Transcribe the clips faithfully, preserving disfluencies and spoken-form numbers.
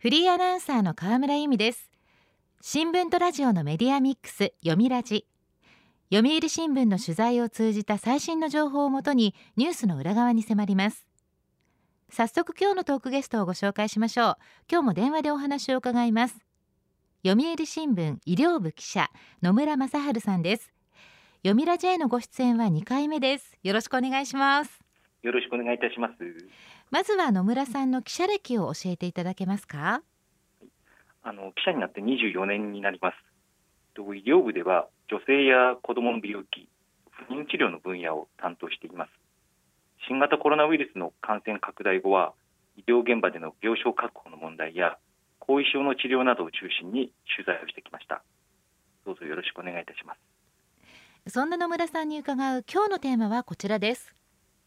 フリーアナウンサーの河村由美です。新聞とラジオのメディアミックス読みラジ。読売新聞の取材を通じた最新の情報をもとにニュースの裏側に迫ります。早速今日のトークゲストをご紹介しましょう。今日も電話でお話を伺います。読売新聞医療部記者野村正治さんです。読みラジへのご出演はにかいめです。よろしくお願いします。 よろしくお願いいたします。 まずは野村さんの記者歴を教えていただけますか？ あの記者になってにじゅうよねんになります。と医療部では女性や子どもの病気、不妊治療の分野を担当しています。新型コロナウイルスの感染拡大後は医療現場での病床確保の問題や後遺症の治療などを中心に取材をしてきました。どうぞよろしくお願いいたします。 そんな野村さんに伺う今日のテーマはこちらです。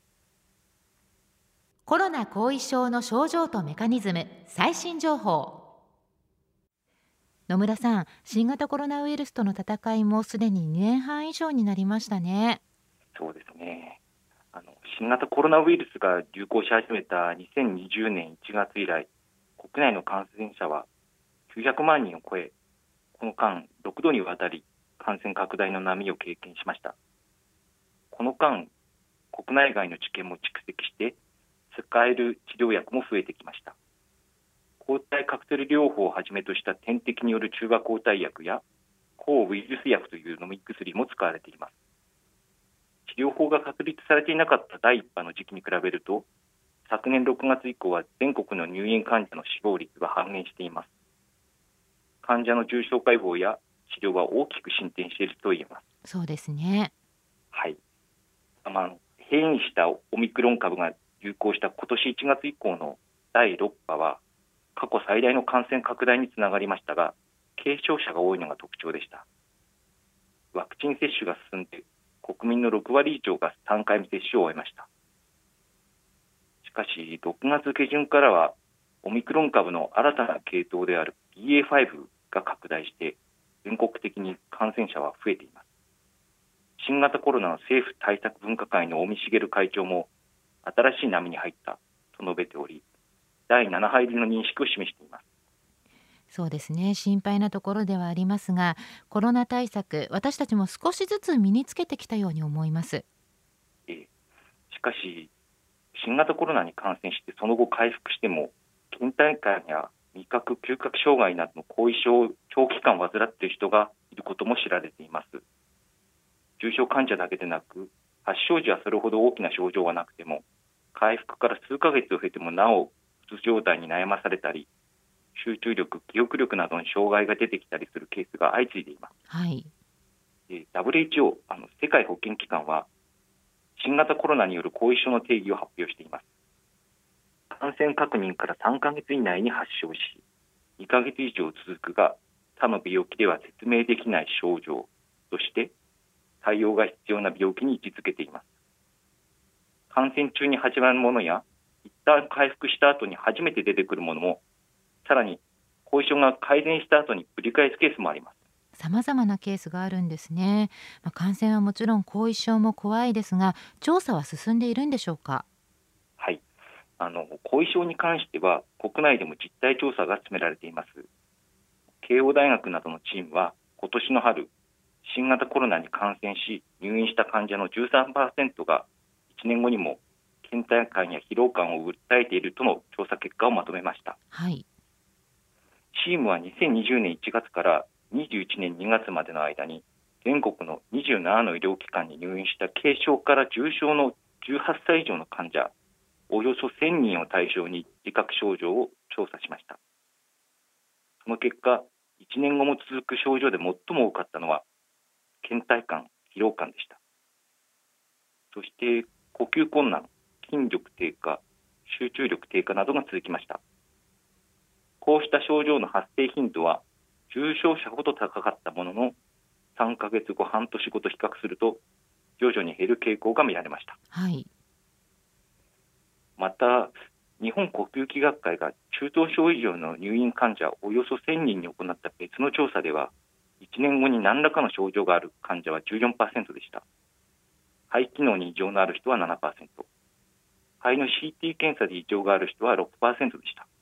コロナ後遺症の症状とメカニズム、最新情報。野村さん、新型コロナウイルスとの戦いもすでににねんはん以上になりましたね。 そうですね。あの新型コロナウイルスが流行し始めたにせんにじゅうねんいちがつ以来、国内の感染者はきゅうひゃくまんにんを超え、この間ろくどにわたり感染拡大の波を経験しました。この間、国内外の知見も蓄積して使える治療薬も増えてきました。抗体カクテル療法をはじめとした点滴による中和抗体薬や抗ウイルス薬という飲み薬も使われています。治療法が確立されていなかっただいいっ波の時期に比べると、昨年ろくがつ以降は全国の入院患者の死亡率が半減しています。患者の重症化予防や治療は大きく進展していると言えます。 そうですね。 はい。まあ、変異したオミクロン株が流行した今年いちがつ以降のだいろく波は過去最大の感染拡大につながりましたが、軽症者が多いのが特徴でした。ワクチン接種が進んで国民のろくわり以上がさんかいめ接種を終えました。しかしろくがつげじゅんからはオミクロン株の新たな系統である ビーエーファイブ が拡大して全国的に感染者は増えています。新型コロナの政府対策分科会の尾身茂会長も新しい波に入ったと述べており、だいなな波入りの認識を示しています。 そうですね、心配なところではありますが、コロナ対策、私たちも少しずつ身につけてきたように思います。 えー、しかし新型コロナに感染してその後回復しても倦怠感や味覚嗅覚障害などの後遺症を長期間患っている人がいることも知られています。重症患者だけでなく、発症時はそれほど大きな症状はなくても回復から数ヶ月を経てもなおうつ状態に悩まされたり、集中力、記憶力などに障害が出てきたりするケースが相次いでいます。 はい、 ダブリューエイチオー あの世界保健機関は新型コロナによる後遺症の定義を発表しています。感染確認からさんかげつ以内に発症しにかげつ以上続くが他の病気では説明できない症状として対応が必要な病気に位置づけています。感染中に始まるものや一旦回復した後に初めて出てくるものも、さらに後遺症が改善した後に繰り返すケースもあります。 様々なケースがあるんですね。まあ、感染はもちろん後遺症も怖いですが、調査は進んでいるんでしょうか？ はい、あの後遺症に関しては国内でも実態調査が進められています。慶応大学などのチームは今年の春、新型コロナに感染し入院した患者の じゅうさんパーセント がいちねんごにも倦怠感や疲労感を訴えているとの調査結果をまとめました。 はい、 チームはにせんにじゅうねんいちがつからにじゅういちねんにがつまでの間に全国のにじゅうななの医療機関に入院した軽症から重症のじゅうはっさい以上の患者およそせんにんを対象に自覚症状を調査しました。その結果、いちねんごも続く症状で最も多かったのは倦怠感、疲労感でした。そして呼吸困難、筋力低下、集中力低下などが続きました。こうした症状の発生頻度は重症者ほど高かったものの、さんかげつご、半年後と比較すると徐々に減る傾向が見られました。 はい、 また、日本呼吸器学会が中等症以上の入院患者およそせんにんに行った別の調査では、いちねんごに何らかの症状がある患者は じゅうよんパーセント でした。肺機能に異常のある人は ななパーセント、肺の シーティー 検査で異常がある人は ろくパーセント でした。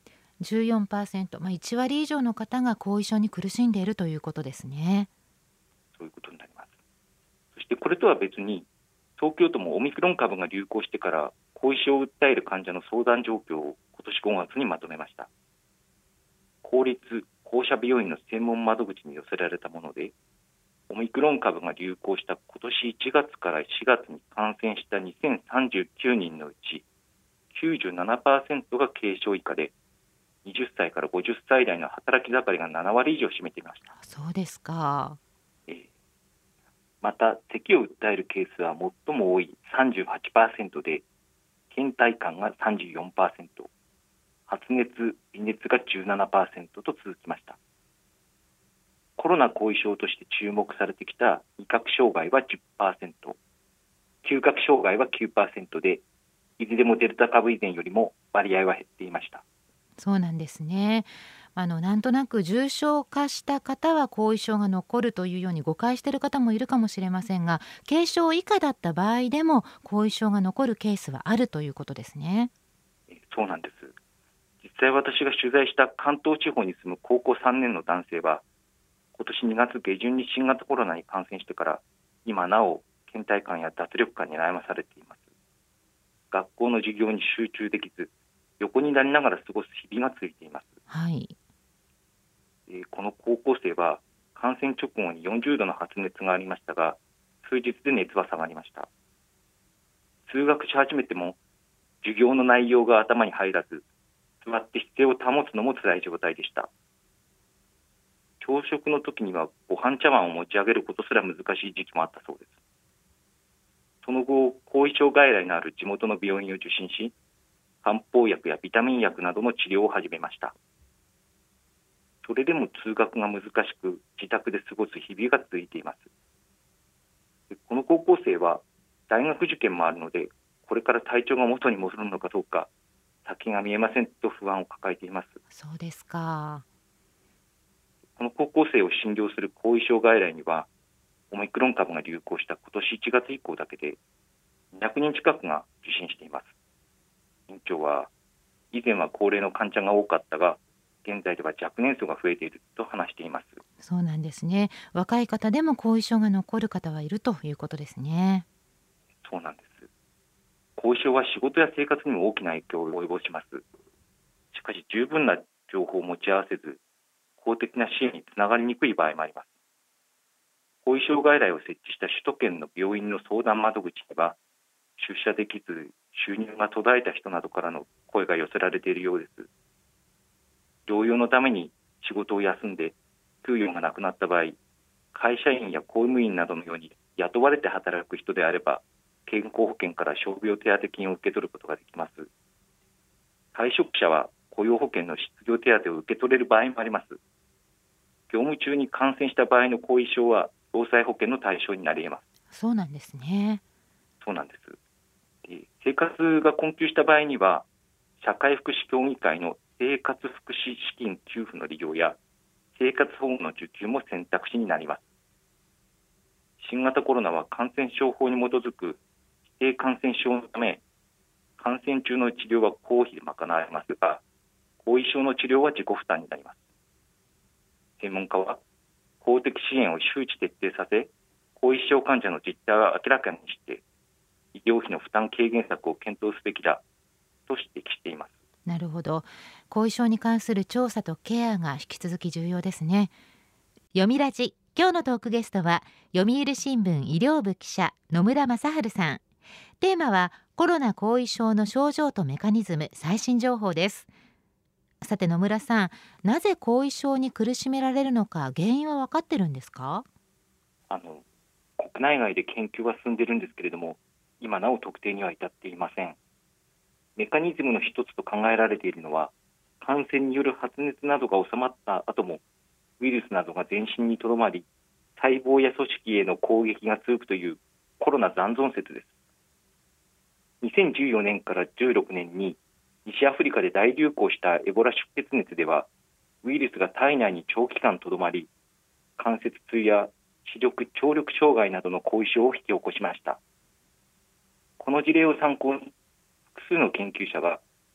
じゅうよんパーセント、まあ、いち割以上の方が後遺症に苦しんでいるということですね。 そういうことになります。そしてこれとは別に、東京都もオミクロン株が流行してから後遺症を訴える患者の相談状況を今年ごがつにまとめました。公立公社病院の専門窓口に寄せられたもので、オミクロン株が流行した今年いちがつからしがつに感染したにせんさんじゅうきゅうにんのうち きゅうじゅうななパーセント が軽症以下で、はたちからごじゅっさい代の働き盛りがなな割以上占めていました。 そうですか。 えーまた、咳を訴えるケースは最も多い さんじゅうはちパーセント で、倦怠感が さんじゅうよんパーセント、発熱・微熱が じゅうななパーセント と続きました。コロナ後遺症として注目されてきた味覚障害は じゅっパーセント、嗅覚障害は きゅうパーセント で、いずれもデルタ株以前よりも割合は減っていました。 そうなんですね。あのなんとなく重症化した方は後遺症が残るというように誤解している方もいるかもしれませんが、軽症以下だった場合でも後遺症が残るケースはあるということですね。 そうなんです。実際私が取材した関東地方に住む高校さんねんの男性は、今年にがつ下旬に新型コロナに感染してから今なお倦怠感や脱力感に悩まされています。学校の授業に集中できず、横になりながら過ごす日々が続いています。 はい。 えーこの高校生は感染直後によんじゅうどの発熱がありましたが、数日で熱は下がりました。通学し始めても授業の内容が頭に入らず、座って姿勢を保つのも辛い状態でした。朝食の時にはご飯茶碗を持ち上げることすら難しい時期もあったそうです。その後、後遺症外来のある地元の病院を受診し、漢方薬やビタミン薬などの治療を始めました。それでも通学が難しく、自宅で過ごす日々が続いています。でこの高校生は大学受験もあるので、これから体調が元に戻るのかどうか先が見えませんと不安を抱えています。 そうですか。 この高校生を診療する後遺症外来には、オミクロン株が流行した今年いちがつ以降だけでにひゃくにん近くが受診しています。院長は、以前は高齢の患者が多かったが、現在では若年層が増えていると話しています。 そうなんですね。若い方でも後遺症が残る方はいるということですね。 そうなんです。後遺症は仕事や生活にも大きな影響を及ぼします。しかし十分な情報を持ち合わせず、公的な支援につながりにくい場合もあります。後遺症外来を設置した首都圏の病院の相談窓口には、出社できず収入が途絶えた人などからの声が寄せられているようです。療養のために仕事を休んで給与がなくなった場合、会社員や公務員などのように雇われて働く人であれば、健康保険から傷病手当金を受け取ることができます。退職者は雇用保険の失業手当を受け取れる場合もあります。業務中に感染した場合の後遺症は労災保険の対象になり得ます。 そうなんですね。 そうなんです。で生活が困窮した場合には、社会福祉協議会の生活福祉資金給付の利用や生活保護の受給も選択肢になります。新型コロナは感染症法に基づく指定感染症のため、感染中の治療は公費で賄われますが、後遺症の治療は自己負担になります。専門家は、公的支援を周知徹底させ、後遺症患者の実態を明らかにして、医療費の負担軽減策を検討すべきだと指摘しています。 なるほど。後遺症に関する調査とケアが引き続き重要ですね。読みラジ、今日のトークゲストは読売新聞医療部記者野村正治さん。テーマはコロナ後遺症の症状とメカニズム、最新情報です。さて野村さん、なぜ後遺症に苦しめられるのか原因は分かってるんですか？ あの国内外で研究は進んでいるんですけれども、今なお特定には至っていません。メカニズムの一つと考えられているのは、感染による発熱などが収まった後もウイルスなどが全身にとどまり、細胞や組織への攻撃が続くというコロナ残存説です。にせんじゅうよねんからじゅうろくねんに西アフリカで大流行したエボラ出血熱では、ウイルスが体内に長期間とどまり、関節痛や視力・聴力障害などの後遺症を引き起こしました。この事例を参考に、複数の研究者が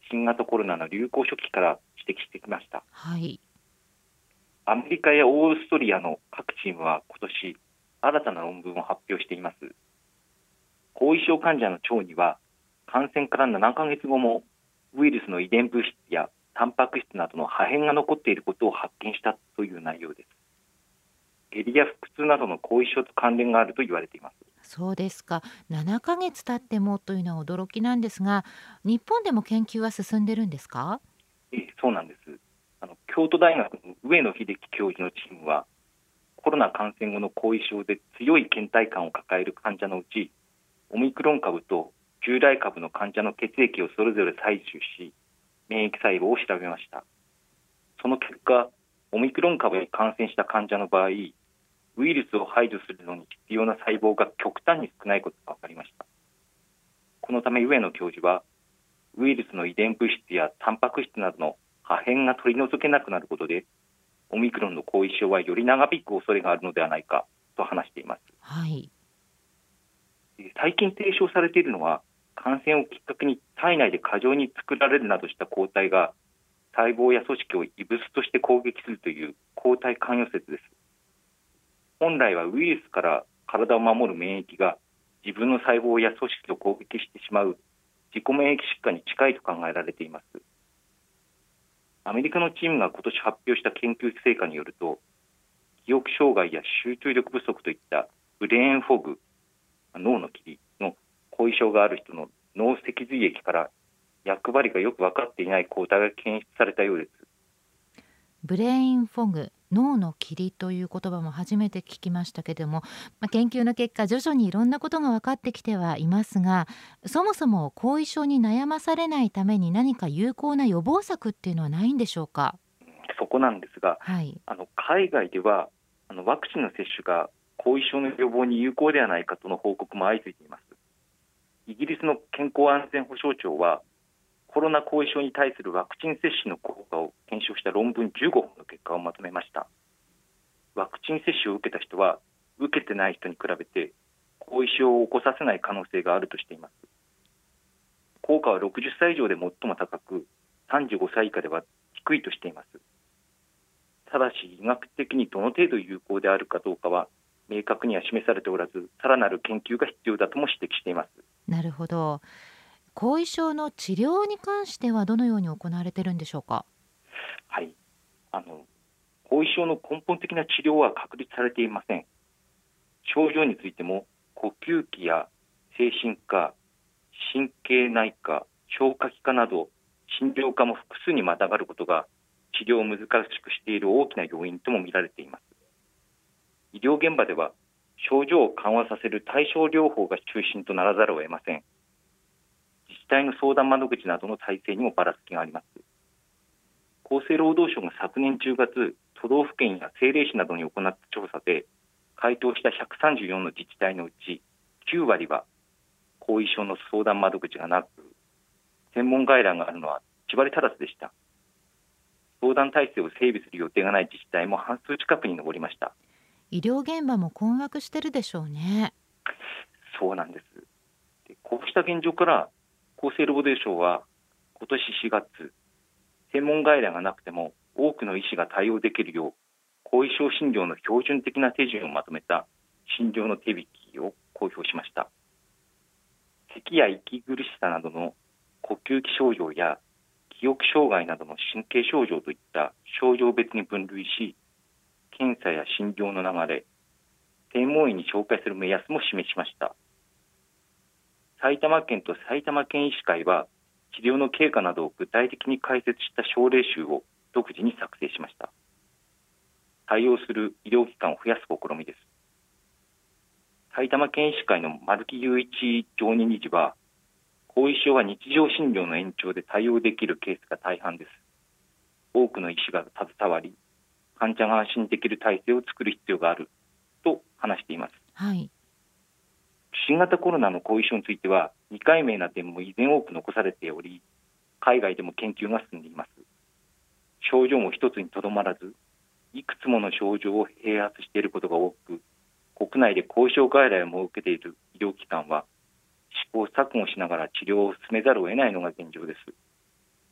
新型コロナの流行初期から指摘してきました。 はい。 アメリカやオーストリアの各チームは今年新たな論文を発表しています。後遺症患者の腸には感染からななかげつごもウイルスの遺伝物質やタンパク質などの破片が残っていることを発見したという内容です。下痢や腹痛などの後遺症と関連があると言われています。 そうですか。ななかげつ経ってもというのは驚きなんですが、日本でも研究は進んでるんですか？ ええ、そうなんです。あの京都大学の上野秀樹教授のチームは、コロナ感染後の後遺症で強い倦怠感を抱える患者のうち、オミクロン株と従来株の患者の血液をそれぞれ採取し、免疫細胞を調べました。その結果、オミクロン株に感染した患者の場合、ウイルスを排除するのに必要な細胞が極端に少ないことが分かりました。このため上野教授は、ウイルスの遺伝物質やタンパク質などの破片が取り除けなくなることで、オミクロンの後遺症はより長引く恐れがあるのではないかと話しています。 はい。 最近提唱されているのは、感染をきっかけに体内で過剰に作られるなどした抗体が細胞や組織を異物として攻撃するという抗体関与説です。本来はウイルスから体を守る免疫が自分の細胞や組織を攻撃してしまう自己免疫疾患に近いと考えられています。アメリカのチームが今年発表した研究成果によると、記憶障害や集中力不足といったブレーンフォグ、脳の霧の後遺症がある人の脳脊髄液から役割がよく分かっていない抗体が検出されたようです。 ブレインフォグ、脳の霧という言葉も初めて聞きましたけれども、まあ、研究の結果徐々にいろんなことが分かってきてはいますが、そもそも後遺症に悩まされないために何か有効な予防策っていうのはないんでしょうか？ そこなんですが、 はい。 あの海外ではあのワクチンの接種が後遺症の予防に有効ではないかとの報告も相次いでいます。イギリスの健康安全保障庁は、コロナ後遺症に対するワクチン接種の効果を検証した論文じゅうごほんの結果をまとめました。ワクチン接種を受けた人は受けてない人に比べて後遺症を起こさせない可能性があるとしています。効果はろくじゅっさい以上で最も高く、さんじゅうごさい以下では低いとしています。ただし医学的にどの程度有効であるかどうかは明確には示されておらず、さらなる研究が必要だとも指摘しています。 なるほど。後遺症の治療に関してはどのように行われているんでしょうか？ はい、あの後遺症の根本的な治療は確立されていません。症状についても呼吸器や精神科、神経内科、消化器科など診療科も複数にまたがることが治療を難しくしている大きな要因とも見られています。医療現場では症状を緩和させる対症療法が中心とならざるを得ません。自治体の相談窓口などの体制にもばらつきがあります。厚生労働省が昨年じゅうがつ、都道府県や政令市などに行った調査で、回答したひゃくさんじゅうよんの自治体のうちきゅうわりは後遺症の相談窓口がなく、専門外来があるのはいちわり足らずでした。相談体制を整備する予定がない自治体も半数近くに上りました。 医療現場も困惑してるでしょうね。 そうなんです。でこうした現状から厚生労働省は今年しがつ、専門外来がなくても多くの医師が対応できるよう後遺症診療の標準的な手順をまとめた診療の手引きを公表しました。咳や息苦しさなどの呼吸器症状や記憶障害などの神経症状といった症状別に分類し、検査や診療の流れ、専門医に紹介する目安も示しました。埼玉県と埼玉県医師会は治療の経過などを具体的に解説した症例集を独自に作成しました。対応する医療機関を増やす試みです。埼玉県医師会の丸木雄一常任理事は、後遺症は日常診療の延長で対応できるケースが大半です。多くの医師が携わり、患者が安心できる体制を作る必要があると話しています。 はい。 新型コロナの後遺症については未解明な点も依然多く残されており、海外でも研究が進んでいます。症状も一つにとどまらず、いくつもの症状を併発していることが多く、国内で後遺症外来を設けている医療機関は試行錯誤しながら治療を進めざるを得ないのが現状です。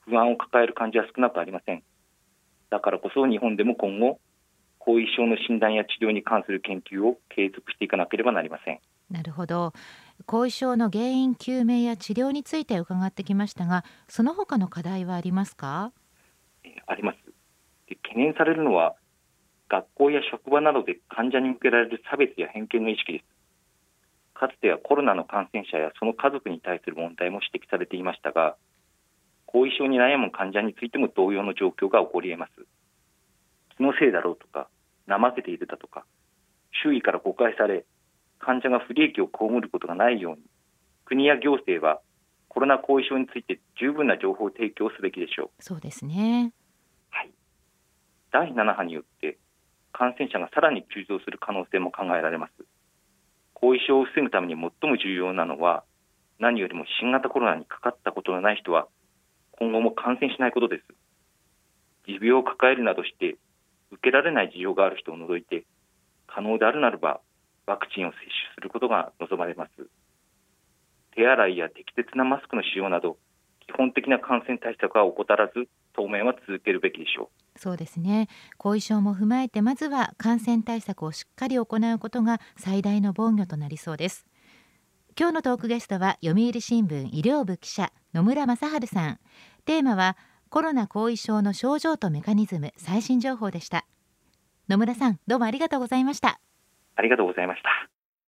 不安を抱える患者は少なくありません。だからこそ日本でも今後後遺症の診断や治療に関する研究を継続していかなければなりません。 なるほど。後遺症の原因究明や治療について伺ってきましたが、その他の課題はありますか？ えーあります。で懸念されるのは学校や職場などで患者に向けられる差別や偏見の意識です。かつてはコロナの感染者やその家族に対する問題も指摘されていましたが、後遺症に悩む患者についても同様の状況が起こり得ます。気のせいだろうとか怠けているだとか周囲から誤解され患者が不利益を被ることがないように、国や行政はコロナ後遺症について十分な情報を提供すべきでしょう。 そうですね。 はい、だいなな波によって感染者がさらに急増する可能性も考えられます。後遺症を防ぐために最も重要なのは、何よりも新型コロナにかかったことのない人は今後も感染しないことです。持病を抱えるなどして受けられない事情がある人を除いて、可能であるならばワクチンを接種することが望まれます。手洗いや適切なマスクの使用など基本的な感染対策は怠らず、当面は続けるべきでしょう。 そうですね。後遺症も踏まえて、まずは感染対策をしっかり行うことが最大の防御となりそうです。今日のトークゲストは読売新聞医療部記者野村正春さん。テーマはコロナ後遺症の症状とメカニズム、最新情報でした。野村さん、どうもありがとうございました。 ありがとうございました。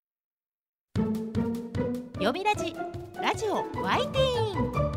読みラジラジオワイティーン。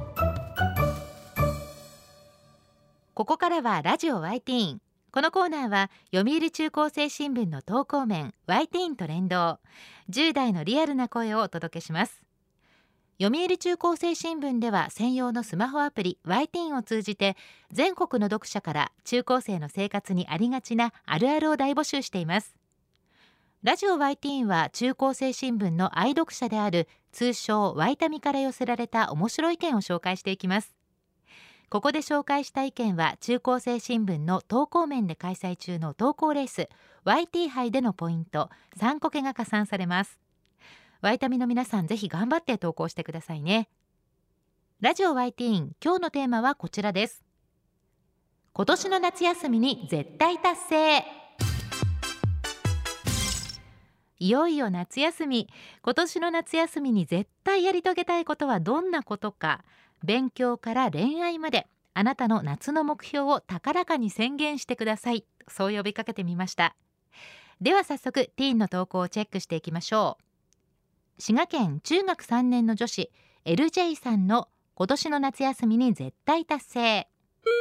ここからはラジオワイティーン。このコーナーは読売中高生新聞の投稿面ワイティーンと連動、じゅう代のリアルな声をお届けします。読売中高生新聞では専用のスマホアプリワイティーンを通じて、全国の読者から中高生の生活にありがちなあるあるを大募集しています。ラジオワイティーンは中高生新聞の愛読者である通称ワイタミから寄せられた面白い意見を紹介していきます。ここで紹介した意見は中高生新聞の投稿面で開催中の投稿レース ワイティー 杯でのポイントさんこけが加算されます。ワイタミの皆さん、ぜひ頑張って投稿してくださいね。ラジオワイティーン、今日のテーマはこちらです。今年の夏休みに絶対達成。いよいよ夏休み。今年の夏休みに絶対やり遂げたいことはどんなことか。勉強から恋愛まで、あなたの夏の目標を高らかに宣言してください。そう呼びかけてみました。では早速ティーンの投稿をチェックしていきましょう。滋賀県中学さんねんの女子 エルジェイ さんの今年の夏休みに絶対達成。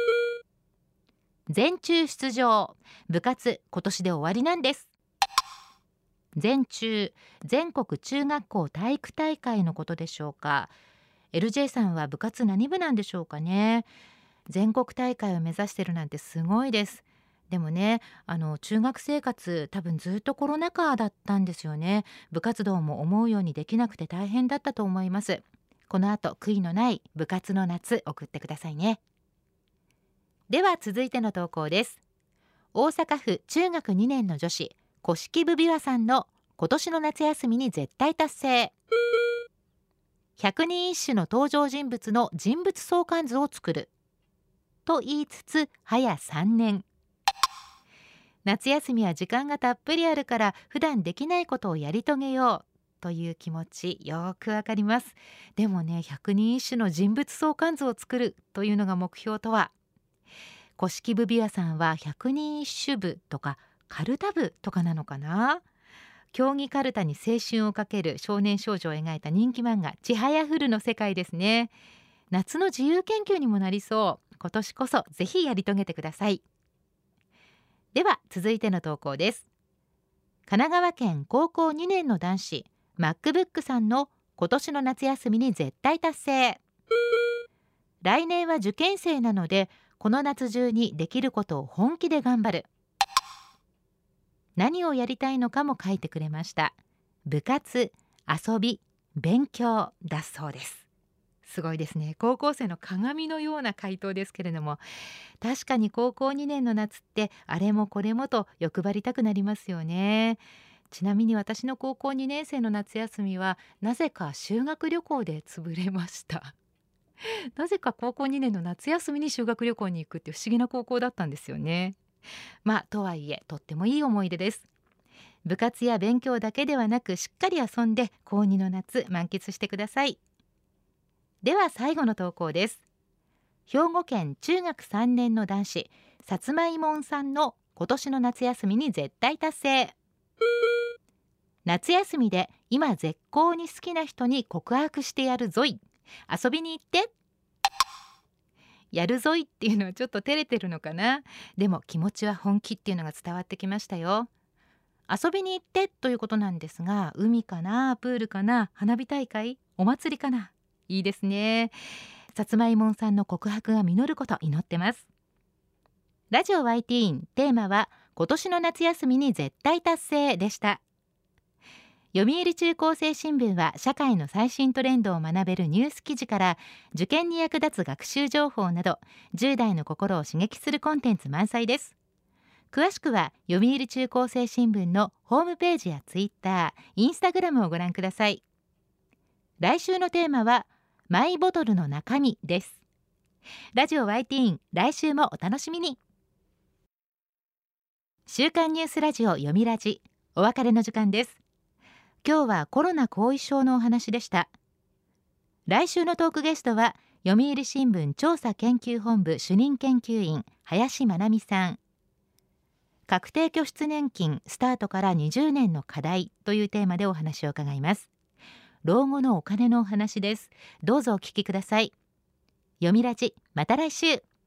全中出場。部活今年で終わりなんです。全中、全国中学校体育大会のことでしょうか。 エルジェイ さんは部活何部なんでしょうかね。全国大会を目指してるなんてすごいです。でもね、あの中学生活多分ずっとコロナ禍だったんですよね。部活動も思うようにできなくて大変だったと思います。この後悔いのない部活の夏送ってくださいね。では続いての投稿です。大阪府中学にねんの女子小式ブビワさんの今年の夏休みに絶対達成。百人一首の登場人物の人物相関図を作ると言いつつ早さんねん。夏休みは時間がたっぷりあるから普段できないことをやり遂げようという気持ちよくわかります。でもね、百人一首の人物相関図を作るというのが目標とは。小式ブビワさんは百人一首部とかカルタ部とかなのかな。競技カルタに青春をかける少年少女を描いた人気漫画ちはやふるの世界ですね。夏の自由研究にもなりそう。今年こそぜひやり遂げてください。では続いての投稿です。神奈川県高校にねんの男子 MacBook さんの今年の夏休みに絶対達成。来年は受験生なのでこの夏中にできることを本気で頑張る。何をやりたいのかも書いてくれました。部活、遊び、勉強だそうです。すごいですね。高校生の鏡のような回答ですけれども、確かに高校にねんの夏ってあれもこれもと欲張りたくなりますよね。ちなみに私の高校にねん生の夏休みはなぜか修学旅行で潰れました。 なぜか高校にねんの夏休みに修学旅行に行くって不思議な高校だったんですよね。まあとはいえとってもいい思い出です。部活や勉強だけではなくしっかり遊んで高にの夏満喫してください。では最後の投稿です。兵庫県中学さんねんの男子さつまいもんさんの今年の夏休みに絶対達成。夏休みで今絶好に好きな人に告白してやるぞい、遊びに行って。やるぞいっていうのはちょっと照れてるのかな。でも気持ちは本気っていうのが伝わってきましたよ。遊びに行ってということなんですが、海かな、プールかな、花火大会、お祭りかな。いいですね。さつまいもんさんの告白が実ること祈ってます。ラジオ ワイティーン、テーマは今年の夏休みに絶対達成でした。読売中高生新聞は社会の最新トレンドを学べるニュース記事から受験に役立つ学習情報などじゅう代の心を刺激するコンテンツ満載です。詳しくは読売中高生新聞のホームページやツイッター、インスタグラムをご覧ください。来週のテーマはマイボトルの中身です。ラジオ ワイティーン、来週もお楽しみに。週刊ニュースラジオ読みラジ、お別れの時間です。今日はコロナ後遺症のお話でした。来週のトークゲストは読売新聞調査研究本部主任研究員林真奈美さん。確定拠出年金スタートからにじゅうねんの課題というテーマでお話を伺います。老後のお金のお話です。どうぞお聞きください。読みラジ、また来週。